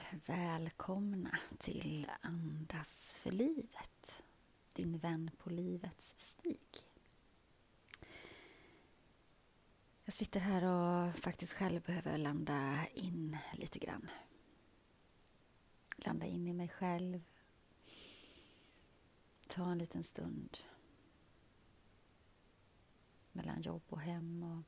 välkomna till Andas för livet, din vän på livets stig. Jag sitter här och faktiskt själv behöver landa in lite grann. Landa in i mig själv. Ta en liten stund mellan jobb och hem. Och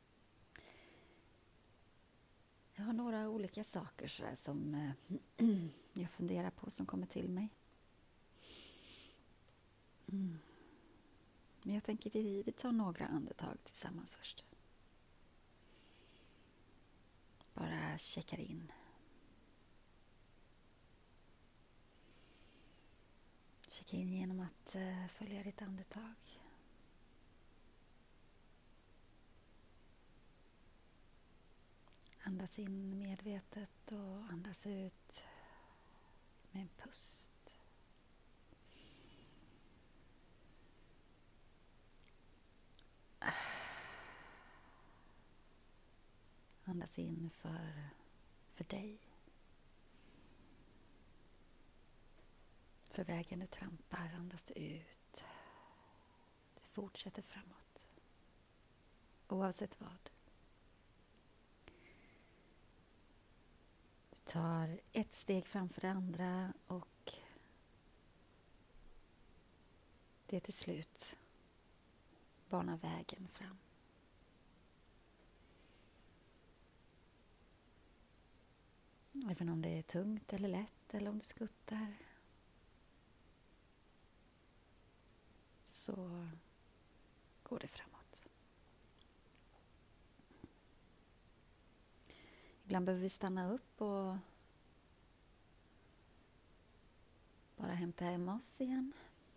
jag har några olika saker sådär som jag funderar på som kommer till mig. Men jag tänker vi tar några andetag tillsammans först. Bara checkar in. Checka in genom att följa ditt andetag. Andas in medvetet och andas ut med en pust. Andas in för dig. För vägen du trampar andas du ut. Du fortsätter framåt. Oavsett vad. Du tar ett steg framför det andra och det till slut banar vägen fram. Även om det är tungt eller lätt eller om du skuttar så går det framåt. Ibland behöver vi stanna upp och bara hämta hem oss igen.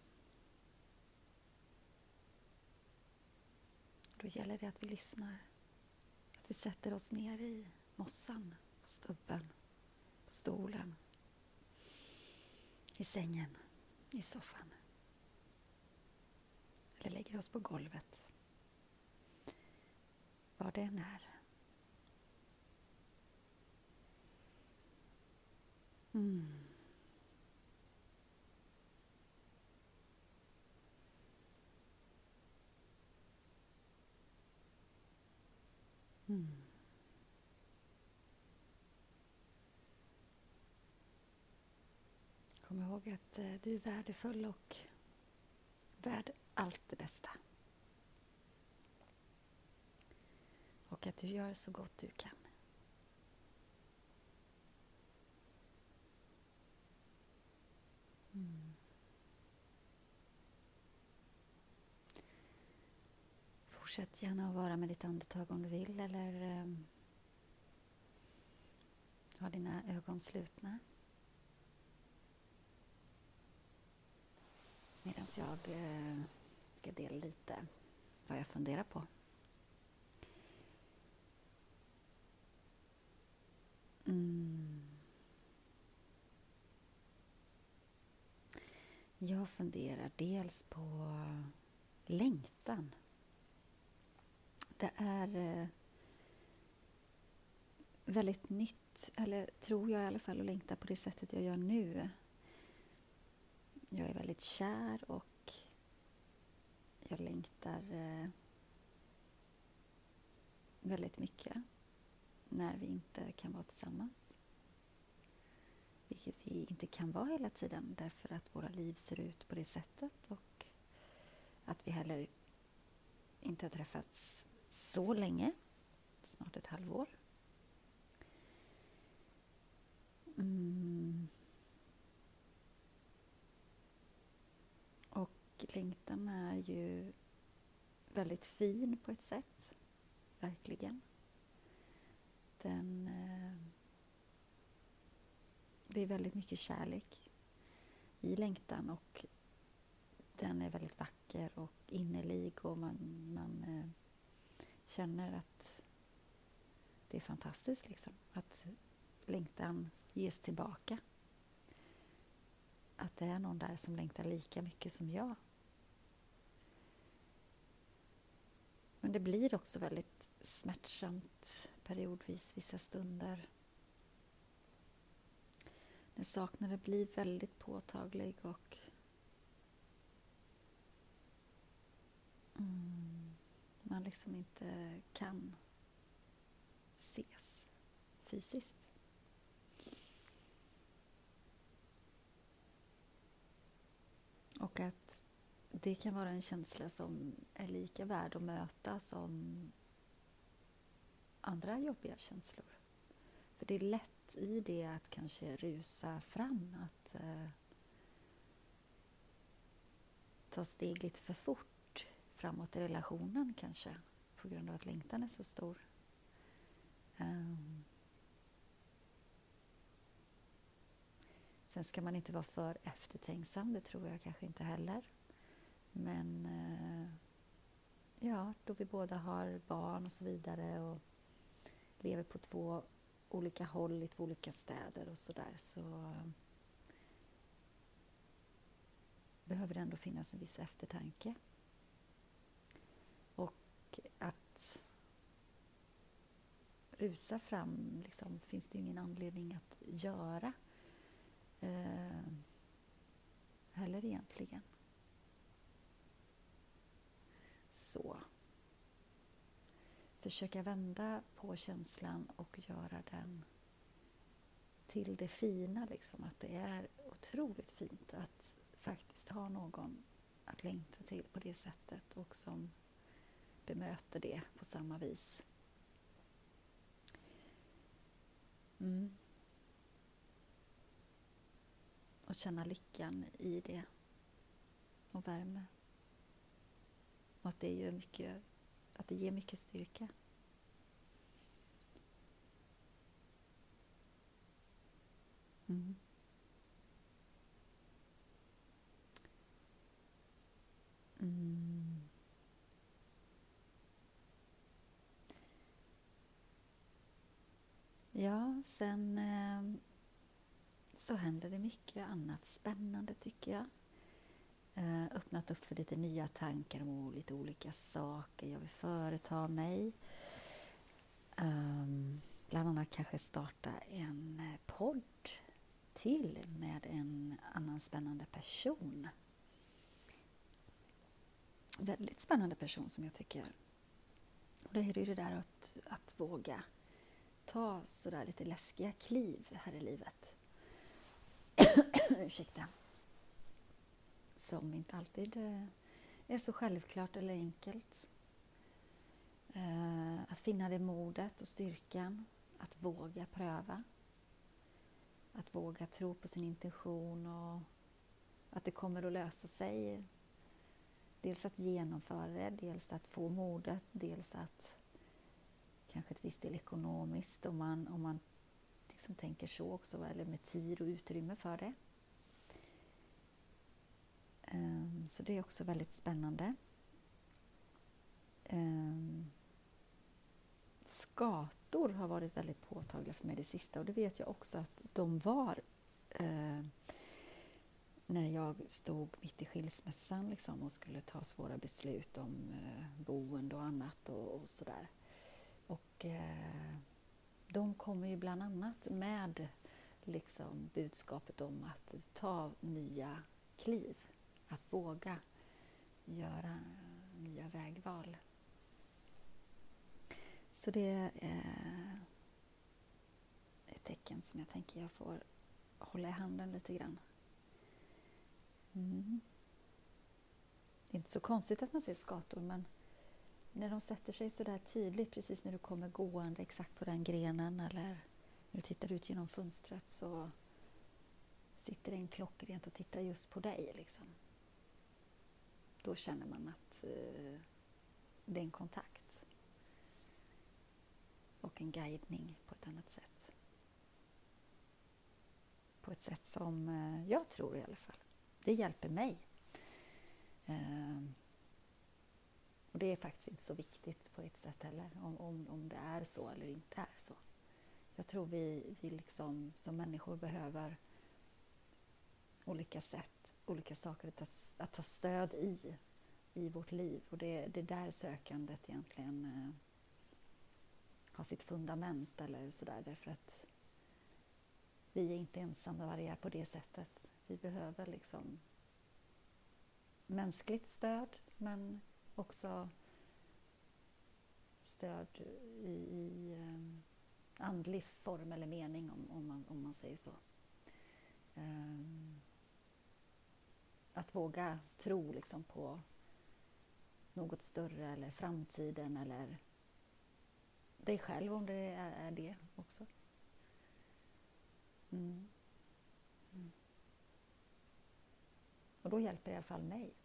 Då gäller det att vi lyssnar. Att vi sätter oss ner i mossan, på stubben, på stolen, i sängen, i soffan. Eller lägger oss på golvet. Var det än är. Kom ihåg att du är värdefull och värd allt det bästa. Och att du gör så gott du kan. Fortsätt gärna att vara med ditt andetag om du vill eller ha dina ögon slutna. Medan jag ska dela lite vad jag funderar på. Jag funderar dels på längtan. Det är väldigt nytt, eller tror jag i alla fall, att längta på det sättet jag gör nu. Jag är väldigt kär och jag längtar väldigt mycket när vi inte kan vara tillsammans. Vilket vi inte kan vara hela tiden därför att våra liv ser ut på det sättet och att vi heller inte har träffats så länge, snart ett halvår. Och längtan är ju väldigt fin på ett sätt, verkligen. Det är väldigt mycket kärlek i längtan och den är väldigt vacker och innerlig och man känner att det är fantastiskt liksom, att längtan ges tillbaka. Att det är någon där som längtar lika mycket som jag. Men det blir också väldigt smärtsamt periodvis, vissa stunder. När saknaden blir väldigt påtaglig och man liksom inte kan ses fysiskt. Och att det kan vara en känsla som är lika värd att möta som andra jobbiga känslor. För det är lätt i det att kanske rusa fram, att ta steg lite för fort framåt i relationen kanske, på grund av att längtan är så stor. Sen ska man inte vara för eftertänksam, det tror jag kanske inte heller. Men då vi båda har barn och så vidare och lever på 2 olika håll i 2 olika städer och sådär, så behöver det ändå finnas en viss eftertanke. Och att rusa fram liksom, finns det ju ingen anledning att göra heller egentligen. Så försöka vända på känslan och göra den till det fina, liksom, att det är otroligt fint att faktiskt ha någon att längta till på det sättet och som bemöter det på samma vis. Och känna lyckan i det och värme. Och att det ger mycket styrka. Ja, sen så händer det mycket annat spännande, tycker jag. Öppnat upp för lite nya tankar om lite olika saker jag vill företa mig. Bland annat kanske starta en podd till med en annan spännande person. Väldigt spännande person som jag tycker. Och det är ju det där att våga ta sådär lite läskiga kliv här i livet. Ursäkta. Som inte alltid är så självklart eller enkelt. Att finna det modet och styrkan. Att våga pröva. Att våga tro på sin intention och att det kommer att lösa sig. Dels att genomföra det, dels att få modet, dels att kanske ett visst del ekonomiskt om man liksom tänker så också, eller med tid och utrymme för det. Så det är också väldigt spännande. Skator har varit väldigt påtagliga för mig det sista, och det vet jag också att de var när jag stod mitt i skilsmässan liksom, och skulle ta svåra beslut om boende och annat och sådär. Och de kommer ju bland annat med liksom budskapet om att ta nya kliv, att våga göra nya vägval. Så det är ett tecken som jag tänker jag får hålla i handen lite grann. Det är inte så konstigt att man ser skator, men när de sätter sig så där tydligt precis när du kommer gående exakt på den grenen, eller när du tittar ut genom fönstret, så sitter en klockrent och tittar just på dig liksom. Då känner man att det är en kontakt och en guidning på ett annat sätt. På ett sätt som jag tror i alla fall. Det hjälper mig. Och det är faktiskt inte så viktigt på ett sätt heller, om det är så eller inte är så. Jag tror vi liksom som människor behöver olika sätt, olika saker att ta stöd i vårt liv. Och det är där sökandet egentligen har sitt fundament eller sådär. Därför att vi är inte ensamma vargar på det sättet. Vi behöver liksom mänskligt stöd, men också stöd i andlig form eller mening, om man säger så. Att våga tro liksom på något större eller framtiden eller dig själv, om det är det också. Och då hjälper det i alla fall mig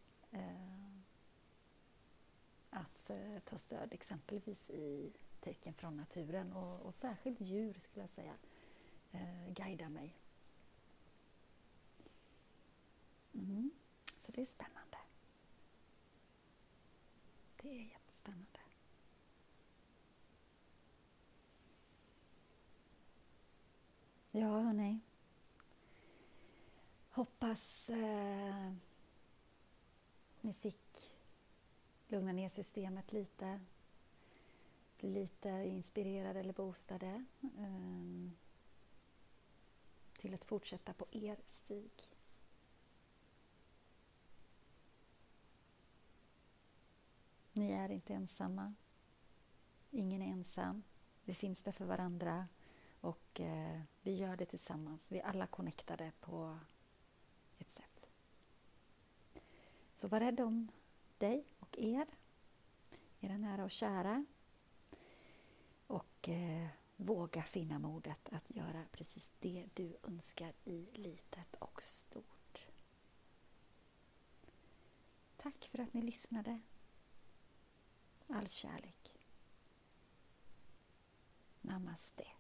att ta stöd exempelvis i tecken från naturen och särskilt djur, skulle jag säga, guidar mig. Så det är spännande. Det är jättespännande. Ja, hörni. Hoppas ni fick lugna ner systemet lite. Bli lite inspirerade eller boostade till att fortsätta på er stig. Ni är inte ensamma. Ingen är ensam. Vi finns där för varandra och vi gör det tillsammans. Vi är alla connectade på ett sätt. Så var rädd om dig och era nära och kära. Och våga finna modet att göra precis det du önskar i litet och stort. Tack för att ni lyssnade. All kärlek. Namaste.